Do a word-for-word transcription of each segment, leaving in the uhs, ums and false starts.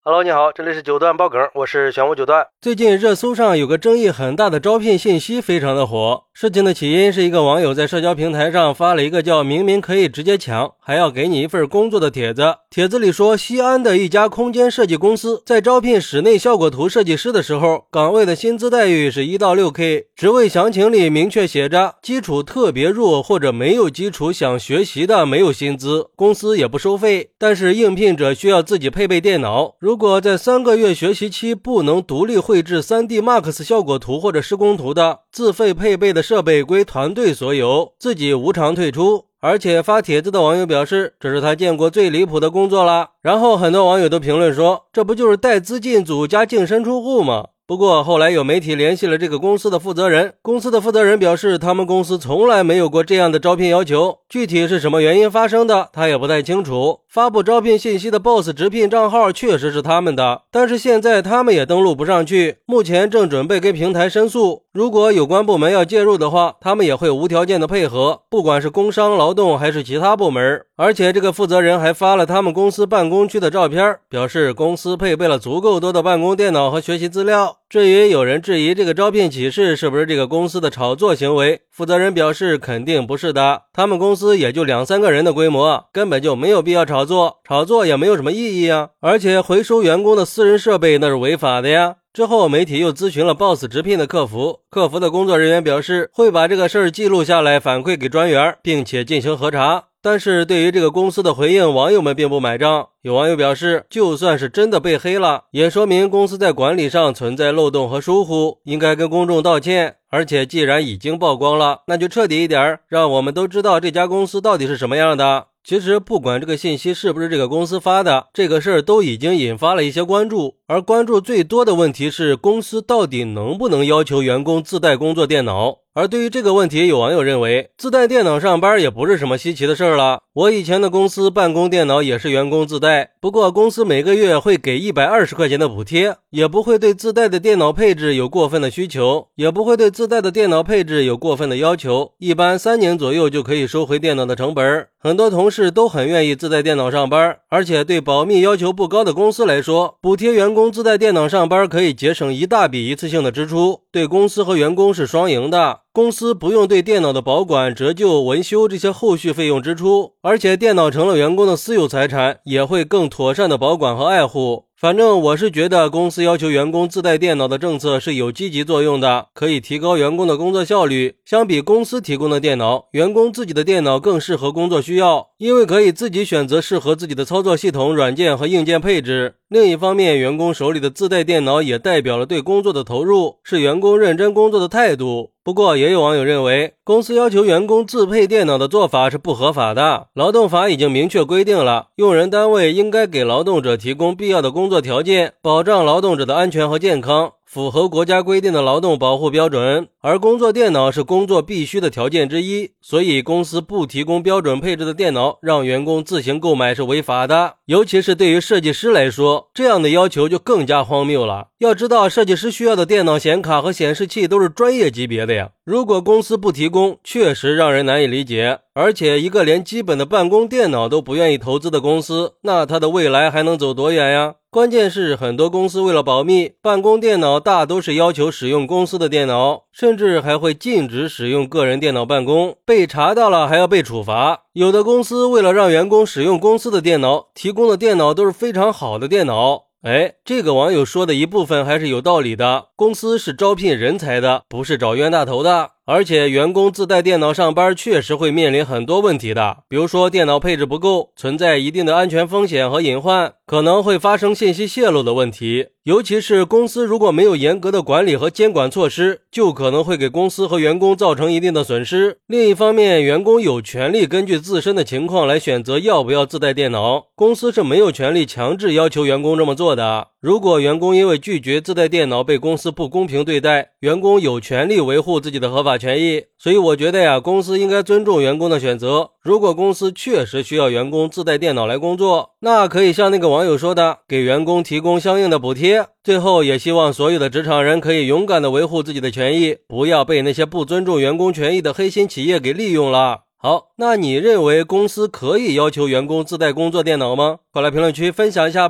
Hello， 你好，这里是九段爆梗，我是玄武九段。最近热搜上有个争议很大的招聘信息非常的火，事情的起因是一个网友在社交平台上发了一个叫明明可以直接抢，还要给你一份工作的帖子。帖子里说，西安的一家空间设计公司在招聘室内效果图设计师的时候，岗位的薪资待遇是一到六 K， 职位详情里明确写着基础特别弱或者没有基础想学习的没有薪资，公司也不收费，但是应聘者需要自己配备电脑。如果在三个月学习期不能独立绘制 三 D Max 效果图或者施工图的，自费配备的设备归团队所有，自己无偿退出。而且发帖子的网友表示，这是他见过最离谱的工作了。然后很多网友都评论说，这不就是带资进组加净身出户吗？不过后来有媒体联系了这个公司的负责人，公司的负责人表示，他们公司从来没有过这样的招聘要求，具体是什么原因发生的，他也不太清楚。发布招聘信息的 boss 直聘账号确实是他们的，但是现在他们也登录不上去，目前正准备跟平台申诉。如果有关部门要介入的话，他们也会无条件的配合，不管是工商劳动还是其他部门。而且这个负责人还发了他们公司办公区的照片，表示公司配备了足够多的办公电脑和学习资料。至于有人质疑这个招聘启事是不是这个公司的炒作行为，负责人表示肯定不是的，他们公司也就两三个人的规模，根本就没有必要炒作，炒作也没有什么意义啊。而且回收员工的私人设备那是违法的呀。之后媒体又咨询了 boss 直聘的客服，客服的工作人员表示会把这个事儿记录下来反馈给专员，并且进行核查。但是对于这个公司的回应，网友们并不买账。有网友表示，就算是真的被黑了，也说明公司在管理上存在漏洞和疏忽，应该跟公众道歉。而且既然已经曝光了，那就彻底一点，让我们都知道这家公司到底是什么样的。其实不管这个信息是不是这个公司发的，这个事儿都已经引发了一些关注，而关注最多的问题是公司到底能不能要求员工自带工作电脑。而对于这个问题，有网友认为自带电脑上班也不是什么稀奇的事儿了，我以前的公司办公电脑也是员工自带，不过公司每个月会给一百二十块钱的补贴，也不会对自带的电脑配置有过分的需求，也不会对自带的电脑配置有过分的要求，一般三年左右就可以收回电脑的成本。很多同事都很愿意自带电脑上班，而且对保密要求不高的公司来说，补贴员工自带电脑上班可以节省一大笔一次性的支出，对公司和员工是双赢的。公司不用对电脑的保管、折旧、维修这些后续费用支出，而且电脑成了员工的私有财产，也会更妥善的保管和爱护。反正我是觉得公司要求员工自带电脑的政策是有积极作用的，可以提高员工的工作效率。相比公司提供的电脑，员工自己的电脑更适合工作需要，因为可以自己选择适合自己的操作系统、软件和硬件配置。另一方面，员工手里的自带电脑也代表了对工作的投入，是员工认真工作的态度。不过也有网友认为，公司要求员工自配电脑的做法是不合法的，劳动法已经明确规定了，用人单位应该给劳动者提供必要的工作条件，保障劳动者的安全和健康，符合国家规定的劳动保护标准，而工作电脑是工作必须的条件之一，所以公司不提供标准配置的电脑让员工自行购买是违法的。尤其是对于设计师来说，这样的要求就更加荒谬了。要知道，设计师需要的电脑显卡和显示器都是专业级别的呀，如果公司不提供，确实让人难以理解。而且一个连基本的办公电脑都不愿意投资的公司，那它的未来还能走多远呀？关键是很多公司为了保密，办公电脑大都是要求使用公司的电脑，甚至还会禁止使用个人电脑办公，被查到了还要被处罚。有的公司为了让员工使用公司的电脑，提供的电脑都是非常好的电脑。哎，这个网友说的一部分还是有道理的，公司是招聘人才的，不是找冤大头的。而且员工自带电脑上班确实会面临很多问题的，比如说电脑配置不够，存在一定的安全风险和隐患，可能会发生信息泄露的问题。尤其是公司如果没有严格的管理和监管措施，就可能会给公司和员工造成一定的损失。另一方面，员工有权利根据自身的情况来选择要不要自带电脑，公司是没有权利强制要求员工这么做的。如果员工因为拒绝自带电脑被公司不公平对待，员工有权利维护自己的合法权益。所以我觉得呀，公司应该尊重员工的选择。如果公司确实需要员工自带电脑来工作，那可以像那个网友说的，给员工提供相应的补贴。最后也希望所有的职场人可以勇敢地维护自己的权益，不要被那些不尊重员工权益的黑心企业给利用了。好，那你认为公司可以要求员工自带工作电脑吗？快来评论区分享一下吧。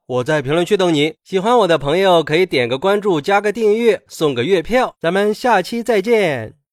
我在评论区等你。喜欢我的朋友可以点个关注，加个订阅，送个月票。咱们下期再见。